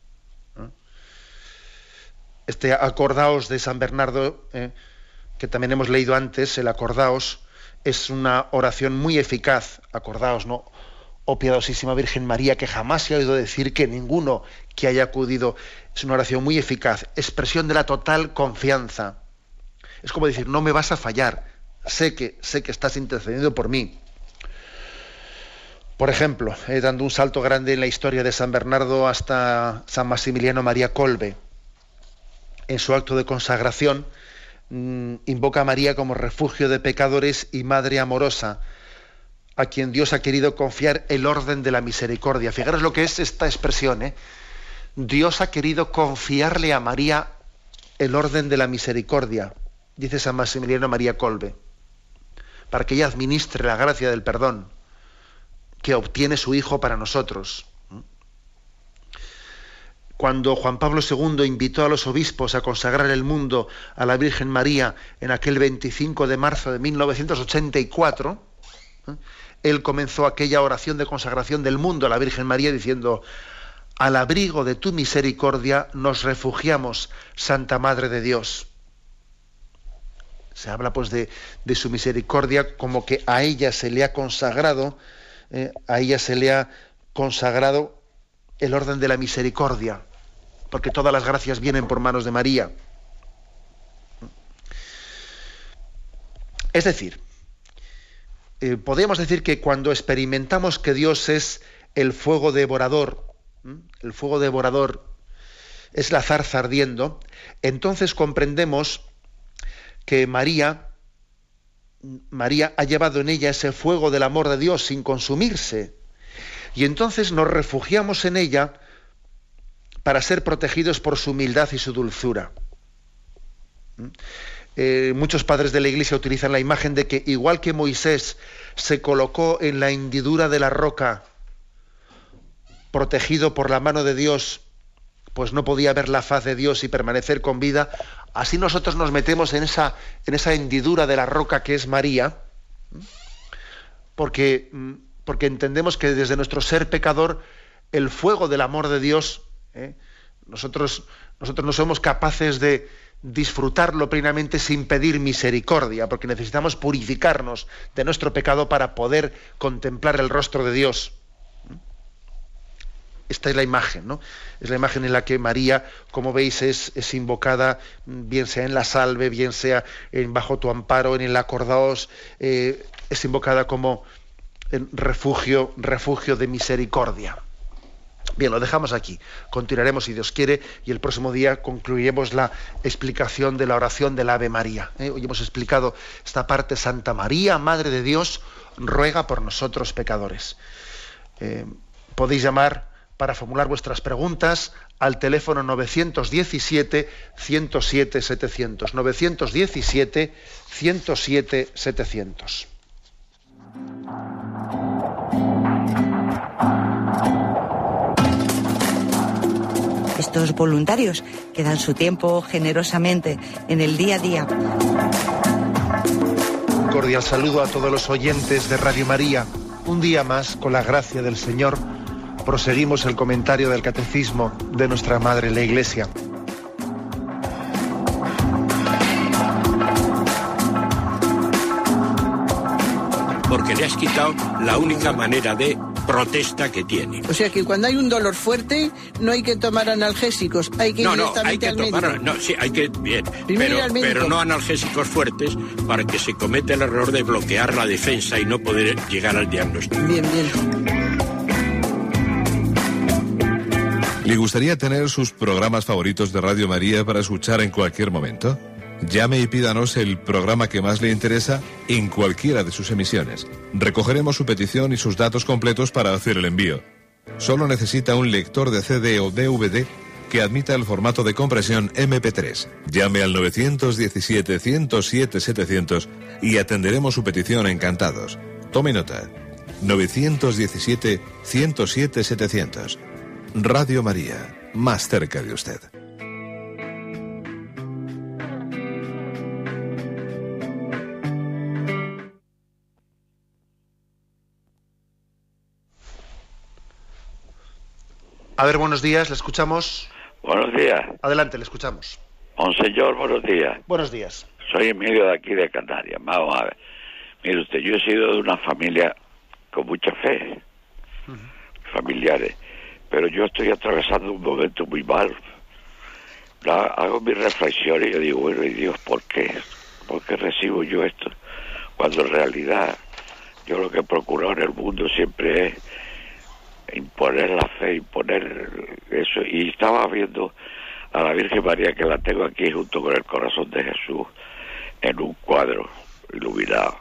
Este acordaos de San Bernardo, eh, que también hemos leído antes, el acordaos, es una oración muy eficaz. Acordaos, ¿no? Oh piadosísima Virgen María, que jamás se ha oído decir que ninguno que haya acudido. Es una oración muy eficaz, expresión de la total confianza. Es como decir, no me vas a fallar, sé que, sé que estás intercediendo por mí. Por ejemplo, eh, dando un salto grande en la historia de San Bernardo hasta San Maximiliano María Kolbe. En su acto de consagración mmm, invoca a María como refugio de pecadores y madre amorosa, a quien Dios ha querido confiar el orden de la misericordia. Fijaros lo que es esta expresión, ¿eh? Dios ha querido confiarle a María el orden de la misericordia, dice San Maximiliano María Kolbe, para que ella administre la gracia del perdón que obtiene su Hijo para nosotros. Cuando Juan Pablo segundo invitó a los obispos a consagrar el mundo a la Virgen María en aquel veinticinco de marzo de mil novecientos ochenta y cuatro, ¿eh? él comenzó aquella oración de consagración del mundo a la Virgen María diciendo: al abrigo de tu misericordia nos refugiamos, Santa Madre de Dios. Se habla pues de, de su misericordia como que a ella se le ha consagrado, eh, a ella se le ha consagrado el orden de la misericordia, porque todas las gracias vienen por manos de María. Es decir, eh, podríamos decir que cuando experimentamos que Dios es el fuego devorador, ¿eh? el fuego devorador es la zarza ardiendo, entonces comprendemos que María, María ha llevado en ella ese fuego del amor de Dios sin consumirse, y entonces nos refugiamos en ella para ser protegidos por su humildad y su dulzura. Eh, muchos padres de la Iglesia utilizan la imagen de que igual que Moisés se colocó en la hendidura de la roca, protegido por la mano de Dios, pues no podía ver la faz de Dios y permanecer con vida, así nosotros nos metemos en esa, en esa hendidura de la roca que es María, porque, porque entendemos que desde nuestro ser pecador, el fuego del amor de Dios, ¿eh? nosotros, nosotros no somos capaces de disfrutarlo plenamente sin pedir misericordia, porque necesitamos purificarnos de nuestro pecado para poder contemplar el rostro de Dios. Esta es la imagen, ¿no? Es la imagen en la que María, como veis, es, es invocada, bien sea en la salve, bien sea en bajo tu amparo, en el acordaos, eh, es invocada como en refugio, refugio de misericordia. Bien, lo dejamos aquí. Continuaremos, si Dios quiere, y el próximo día concluiremos la explicación de la oración del Ave María. ¿eh? Hoy hemos explicado esta parte: Santa María, Madre de Dios, ruega por nosotros pecadores. Eh, podéis llamar para formular vuestras preguntas al teléfono novecientos diecisiete, ciento siete, setecientos. novecientos diecisiete, ciento siete, setecientos. Estos voluntarios que dan su tiempo generosamente en el día a día. Un cordial saludo a todos los oyentes de Radio María. Un día más, con la gracia del Señor, proseguimos el comentario del Catecismo de nuestra Madre la Iglesia. Porque le has quitado la única manera de protesta que tiene. O sea que cuando hay un dolor fuerte no hay que tomar analgésicos, hay que ir no, no, directamente hay que al tomar, médico. No, sí, hay que, bien, Primero ir al pero, médico. pero no analgésicos fuertes para que se cometa el error de bloquear la defensa y no poder llegar al diagnóstico. Bien, bien. ¿Le gustaría tener sus programas favoritos de Radio María para escuchar en cualquier momento? Llame y pídanos el programa que más le interesa en cualquiera de sus emisiones. Recogeremos su petición y sus datos completos para hacer el envío. Solo necesita un lector de C D o D V D que admita el formato de compresión eme pe tres. Llame al novecientos diecisiete, ciento siete, setecientos y atenderemos su petición encantados. Tome nota. novecientos diecisiete, ciento siete, setecientos. Radio María, más cerca de usted. A ver, buenos días, le escuchamos. Buenos días. Adelante, le escuchamos. Monseñor, buenos días. Buenos días. Soy Emilio de aquí de Canarias. Vamos a ver. Mire usted, yo he sido de una familia con mucha fe, uh-huh. familiares, pero yo estoy atravesando un momento muy malo. La, hago mis reflexiones y yo digo, bueno, ¿y Dios por qué? ¿Por qué recibo yo esto? Cuando en realidad Yo lo que he procurado en el mundo siempre es imponer la fe, imponer eso. Y estaba viendo a la Virgen María, que la tengo aquí junto con el corazón de Jesús, en un cuadro iluminado.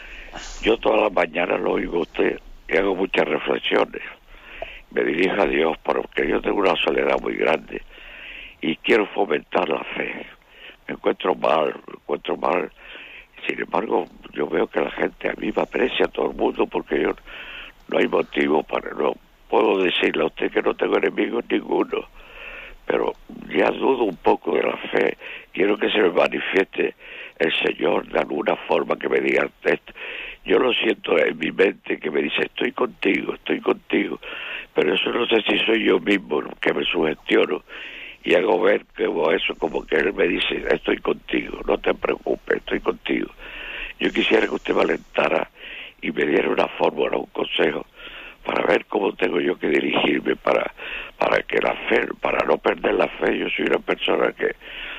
Yo todas las mañanas lo oigo a usted y hago muchas reflexiones. Me dirijo a Dios porque yo tengo una soledad muy grande y quiero fomentar la fe. Me encuentro mal, me encuentro mal. Sin embargo, yo veo que la gente a mí me aprecia, a todo el mundo, porque yo no hay motivo para... No puedo decirle a usted que no tengo enemigos ninguno, pero ya dudo un poco de la fe. Quiero que se me manifieste el Señor de alguna forma, que me diga esto. Yo lo siento en mi mente, que me dice, estoy contigo, estoy contigo, pero eso no sé si soy yo mismo que me sugestiono y hago ver que eso, como que Él me dice, estoy contigo, no te preocupes, estoy contigo. Yo quisiera que usted me alentara y me diera una fórmula, un consejo, para ver cómo tengo yo que dirigirme para, para que la fe, para no perder la fe. Yo soy una persona que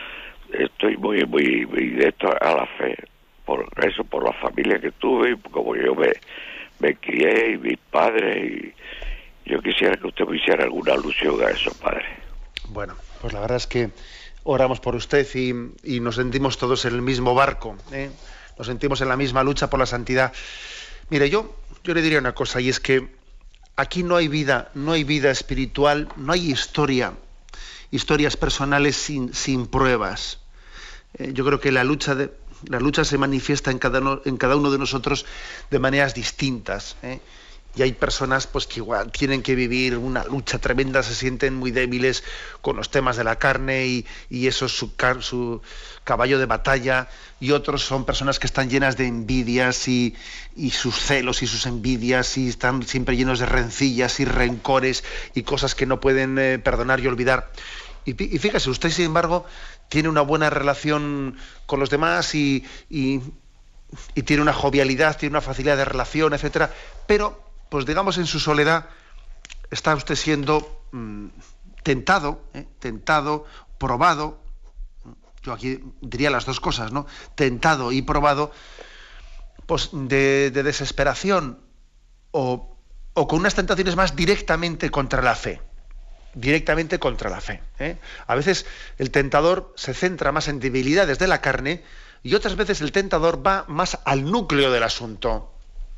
estoy muy, muy, muy de esto a la fe, por eso, por la familia que tuve, y como yo me, me crié, y mis padres, y yo quisiera que usted me hiciera alguna alusión a eso, padre. Bueno, pues la verdad es que oramos por usted y, y nos sentimos todos en el mismo barco, ¿eh? Nos sentimos en la misma lucha por la santidad. Mire, yo, yo le diría una cosa, y es que aquí no hay vida, no hay vida espiritual, no hay historia, historias personales sin, sin pruebas. Eh, yo creo que la lucha de, la lucha se manifiesta en cada uno, en cada uno de nosotros de maneras distintas, ¿eh? Y hay personas pues que igual tienen que vivir una lucha tremenda, se sienten muy débiles con los temas de la carne y, y eso es su, car- su caballo de batalla, y otros son personas que están llenas de envidias y, y sus celos y sus envidias, y están siempre llenos de rencillas y rencores y cosas que no pueden eh, perdonar y olvidar. Y, y fíjese, usted sin embargo tiene una buena relación con los demás y, y, y tiene una jovialidad, tiene una facilidad de relación, etcétera, pero pues digamos en su soledad está usted siendo mmm, tentado, ¿eh? tentado, probado. Yo aquí diría las dos cosas, ¿no? Tentado y probado, pues de, de desesperación o, o con unas tentaciones más directamente contra la fe. Directamente contra la fe. ¿eh? A veces el tentador se centra más en debilidades de la carne y otras veces el tentador va más al núcleo del asunto.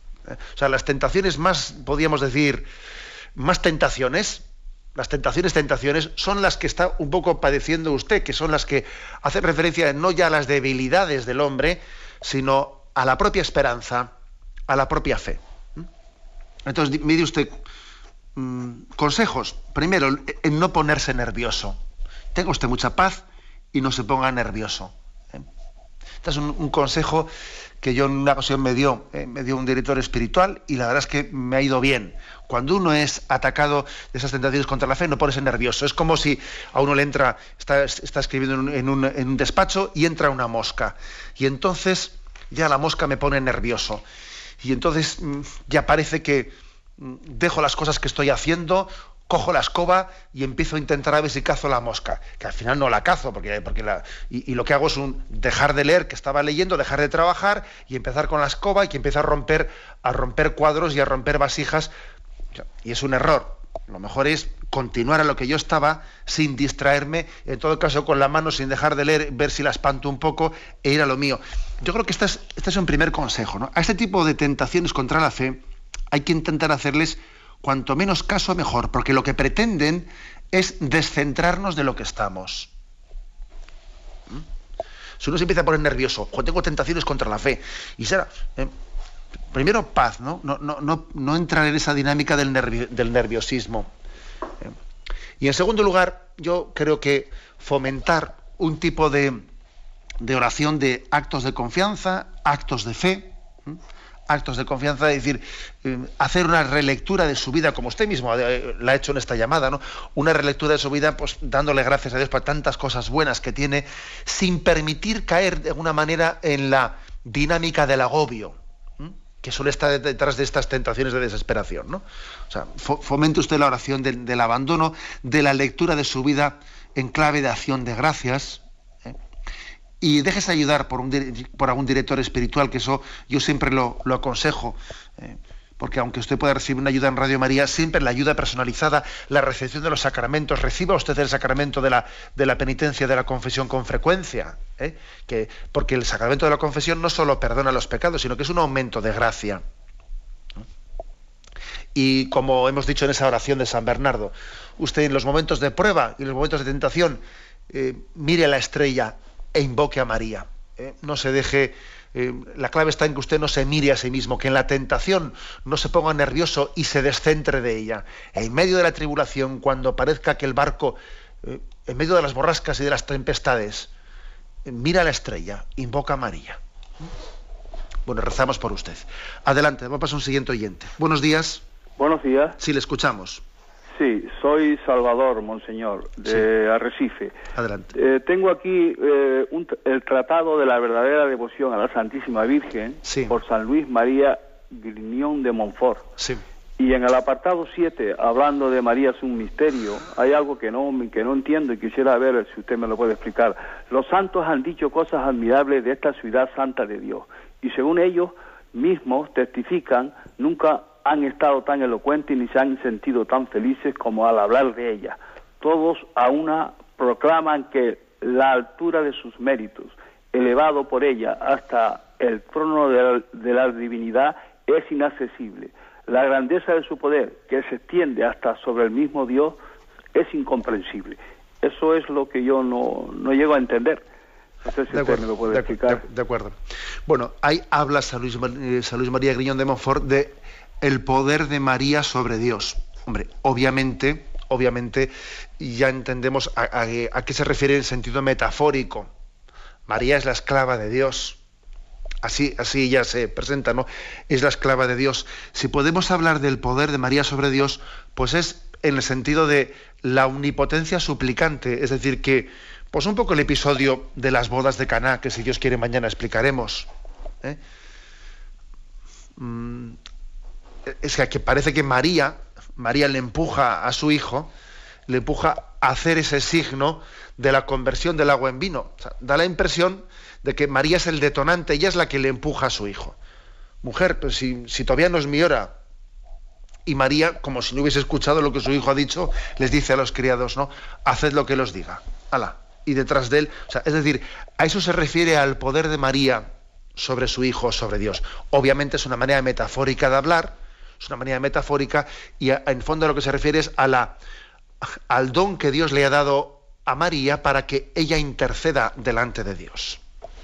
O sea, las tentaciones más, podríamos decir, más tentaciones, las tentaciones, tentaciones, son las que está un poco padeciendo usted, que son las que hacen referencia no ya a las debilidades del hombre, sino a la propia esperanza, a la propia fe. Entonces, mire usted, mmm, consejos. Primero, en no ponerse nervioso. Tenga usted mucha paz y no se ponga nervioso. ¿eh? Este es un, un consejo que yo en una ocasión me dio, eh, me dio un director espiritual, y la verdad es que me ha ido bien. Cuando uno es atacado de esas tentaciones contra la fe, no ponerse nervioso. Es como si a uno le entra, está, está escribiendo en un, en, un, en un despacho y entra una mosca. Y entonces ya la mosca me pone nervioso. Y entonces ya parece que dejo las cosas que estoy haciendo, cojo la escoba y empiezo a intentar a ver si cazo la mosca, que al final no la cazo, porque, porque la, y, y lo que hago es un dejar de leer que estaba leyendo, dejar de trabajar y empezar con la escoba, y que empieza a romper, a romper cuadros y a romper vasijas, y es un error. Lo mejor es continuar a lo que yo estaba sin distraerme, en todo caso con la mano, sin dejar de leer, ver si la espanto un poco e ir a lo mío. Yo creo que este es, este es un primer consejo, ¿no? A este tipo de tentaciones contra la fe hay que intentar hacerles cuanto menos caso mejor, porque lo que pretenden es descentrarnos de lo que estamos. ¿Mm? Si uno se empieza a poner nervioso, cuando tengo tentaciones contra la fe, y será, eh, primero paz, ¿no? No, no, no, no entrar en esa dinámica del, nervio, del nerviosismo. Eh, y en segundo lugar, yo creo que fomentar un tipo de, de oración de actos de confianza, actos de fe, ¿Mm? actos de confianza, es decir, eh, hacer una relectura de su vida, como usted mismo eh, la ha hecho en esta llamada, ¿no? Una relectura de su vida, pues dándole gracias a Dios por tantas cosas buenas que tiene, sin permitir caer de alguna manera en la dinámica del agobio, ¿m? que suele estar detrás de estas tentaciones de desesperación, ¿no? O sea, fo- fomente usted la oración de, del abandono, de la lectura de su vida en clave de acción de gracias, ¿eh? y déjese ayudar por, un, por algún director espiritual, que eso yo siempre lo, lo aconsejo, eh, porque aunque usted pueda recibir una ayuda en Radio María, siempre la ayuda personalizada, la recepción de los sacramentos, reciba usted el sacramento de la, de la penitencia, de la confesión con frecuencia, ¿eh? que, porque el sacramento de la confesión no solo perdona los pecados, sino que es un aumento de gracia. Y como hemos dicho en esa oración de San Bernardo, usted en los momentos de prueba y en los momentos de tentación, eh, mire a la estrella e invoque a María. ¿eh? No se deje... Eh, la clave está en que usted no se mire a sí mismo, que en la tentación no se ponga nervioso y se descentre de ella. En medio de la tribulación, cuando parezca que el barco, eh, en medio de las borrascas y de las tempestades, eh, mira a la estrella, invoca a María. Bueno, rezamos por usted. Adelante, vamos a pasar a un siguiente oyente. Buenos días. Buenos días. Sí, le escuchamos. Sí, soy Salvador, monseñor, de sí. Arrecife. Adelante. Eh, tengo aquí eh, un, el Tratado de la Verdadera Devoción a la Santísima Virgen, sí. por San Luis María Grignion de Montfort. Sí. Y en el apartado siete, hablando de María es un misterio, hay algo que no, que no entiendo y quisiera ver si usted me lo puede explicar. Los santos han dicho cosas admirables de esta ciudad santa de Dios, y según ellos mismos testifican, nunca han estado tan elocuentes ni se han sentido tan felices como al hablar de ella. Todos a una proclaman que la altura de sus méritos, elevado por ella hasta el trono de la, de la divinidad, es inaccesible. La grandeza de su poder, que se extiende hasta sobre el mismo Dios, es incomprensible. Eso es lo que yo no, no llego a entender. No sé si de usted acuerdo, me lo puede de, explicar. De, de acuerdo. Bueno, ahí habla San Luis, eh, San Luis María Grignion de Montfort de el poder de María sobre Dios. Hombre, obviamente, obviamente ya entendemos a, a, a qué se refiere en sentido metafórico. María es la esclava de Dios. Así, así ella se presenta, ¿no? Es la esclava de Dios. Si podemos hablar del poder de María sobre Dios, pues es en el sentido de la omnipotencia suplicante, es decir, que, pues un poco el episodio de las bodas de Caná, que si Dios quiere mañana explicaremos. ¿eh? Mm, es que parece que María, María le empuja a su hijo, le empuja a hacer ese signo de la conversión del agua en vino. O sea, da la impresión de que María es el detonante, ella es la que le empuja a su hijo. Mujer, pues si, si todavía no es mi hora. Y María, como si no hubiese escuchado lo que su hijo ha dicho, les dice a los criados, ¿no? Haced lo que los diga. ¡Hala! Y detrás de él, o sea, es decir, a eso se refiere al poder de María sobre su hijo, sobre Dios. Obviamente es una manera metafórica de hablar, es una manera metafórica, y a, en fondo a lo que se refiere es a la, al don que Dios le ha dado a María para que ella interceda delante de Dios.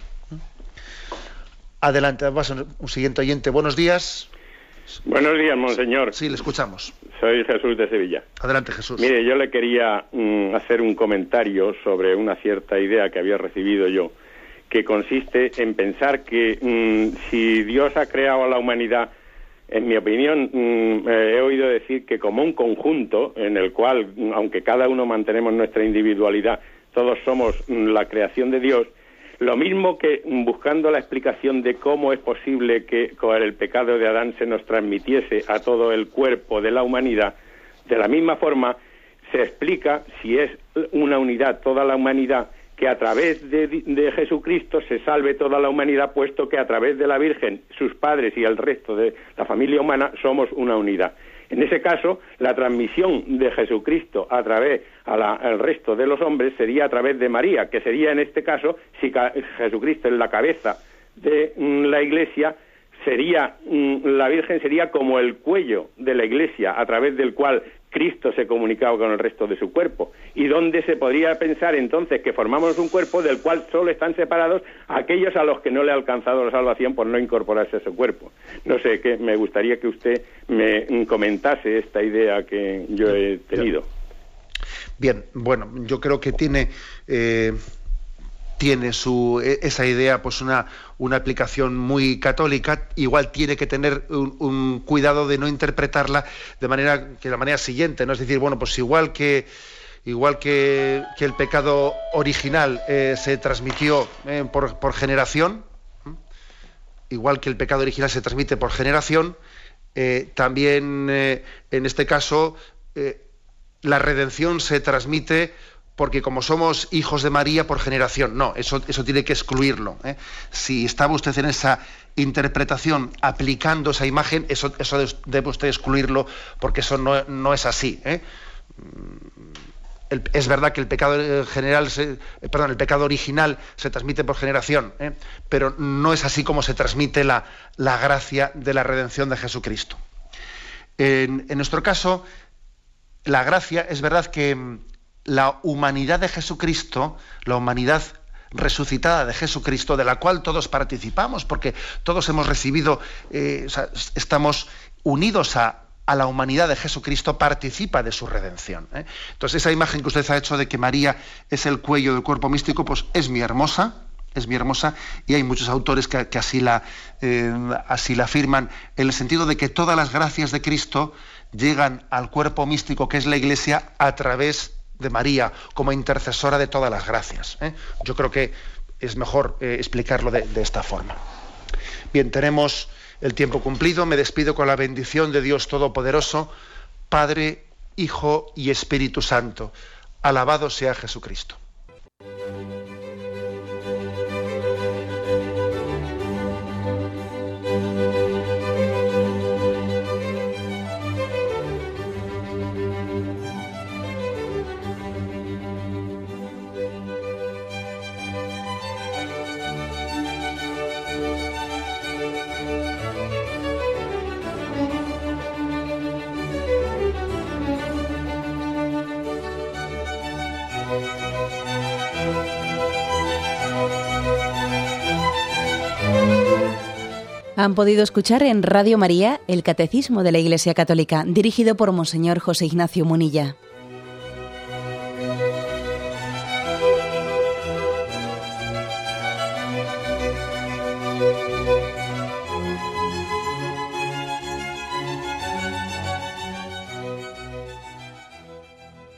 Adelante, vamos a un siguiente oyente. Buenos días. Buenos días, monseñor. Sí, le escuchamos. Soy Jesús de Sevilla. Adelante, Jesús. Mire, yo le quería mm, hacer un comentario sobre una cierta idea que había recibido yo, que consiste en pensar que mm, si Dios ha creado a la humanidad, en mi opinión, mm, eh, he oído decir que como un conjunto en el cual, aunque cada uno mantenemos nuestra individualidad, todos somos mm, la creación de Dios. Lo mismo que buscando la explicación de cómo es posible que con el pecado de Adán se nos transmitiese a todo el cuerpo de la humanidad, de la misma forma se explica, si es una unidad toda la humanidad, que a través de, de Jesucristo se salve toda la humanidad, puesto que a través de la Virgen, sus padres y el resto de la familia humana somos una unidad. En ese caso, la transmisión de Jesucristo a través al resto de los hombres sería a través de María, que sería en este caso, si Jesucristo es la cabeza de mm, la Iglesia, sería mm, la Virgen sería como el cuello de la Iglesia, a través del cual Cristo se comunicaba con el resto de su cuerpo, y donde se podría pensar entonces que formamos un cuerpo del cual solo están separados aquellos a los que no le ha alcanzado la salvación por no incorporarse a su cuerpo. No sé, que me gustaría que usted me comentase esta idea que yo he tenido. Bien, bueno, yo creo que tiene eh, tiene su esa idea pues una una aplicación muy católica. Igual tiene que tener un, un cuidado de no interpretarla de manera que la manera siguiente, no es decir, bueno, pues igual que igual que, que el pecado original eh, se transmitió eh, por, por generación, ¿eh? igual que el pecado original se transmite por generación, eh, también eh, en este caso eh, la redención se transmite porque como somos hijos de María por generación. No, eso, eso tiene que excluirlo, ¿eh? Si estaba usted en esa interpretación aplicando esa imagen, eso, eso debe usted excluirlo, porque eso no, no es así, ¿eh? El, es verdad que el pecado general, se, perdón, el pecado original se transmite por generación, ¿eh? Pero no es así como se transmite la, la gracia de la redención de Jesucristo. En, en nuestro caso, la gracia, es verdad que la humanidad de Jesucristo, la humanidad resucitada de Jesucristo, de la cual todos participamos, porque todos hemos recibido, eh, o sea, estamos unidos a, a la humanidad de Jesucristo, participa de su redención, ¿eh? Entonces, esa imagen que usted ha hecho de que María es el cuello del cuerpo místico, pues es muy hermosa, es muy hermosa, y hay muchos autores que, que así, la, eh, así la afirman, en el sentido de que todas las gracias de Cristo llegan al cuerpo místico que es la Iglesia a través de María, como intercesora de todas las gracias, ¿eh? Yo creo que es mejor eh, explicarlo de, de esta forma. Bien, tenemos el tiempo cumplido. Me despido con la bendición de Dios Todopoderoso, Padre, Hijo y Espíritu Santo. Alabado sea Jesucristo. Han podido escuchar en Radio María el Catecismo de la Iglesia Católica, dirigido por Monseñor José Ignacio Munilla.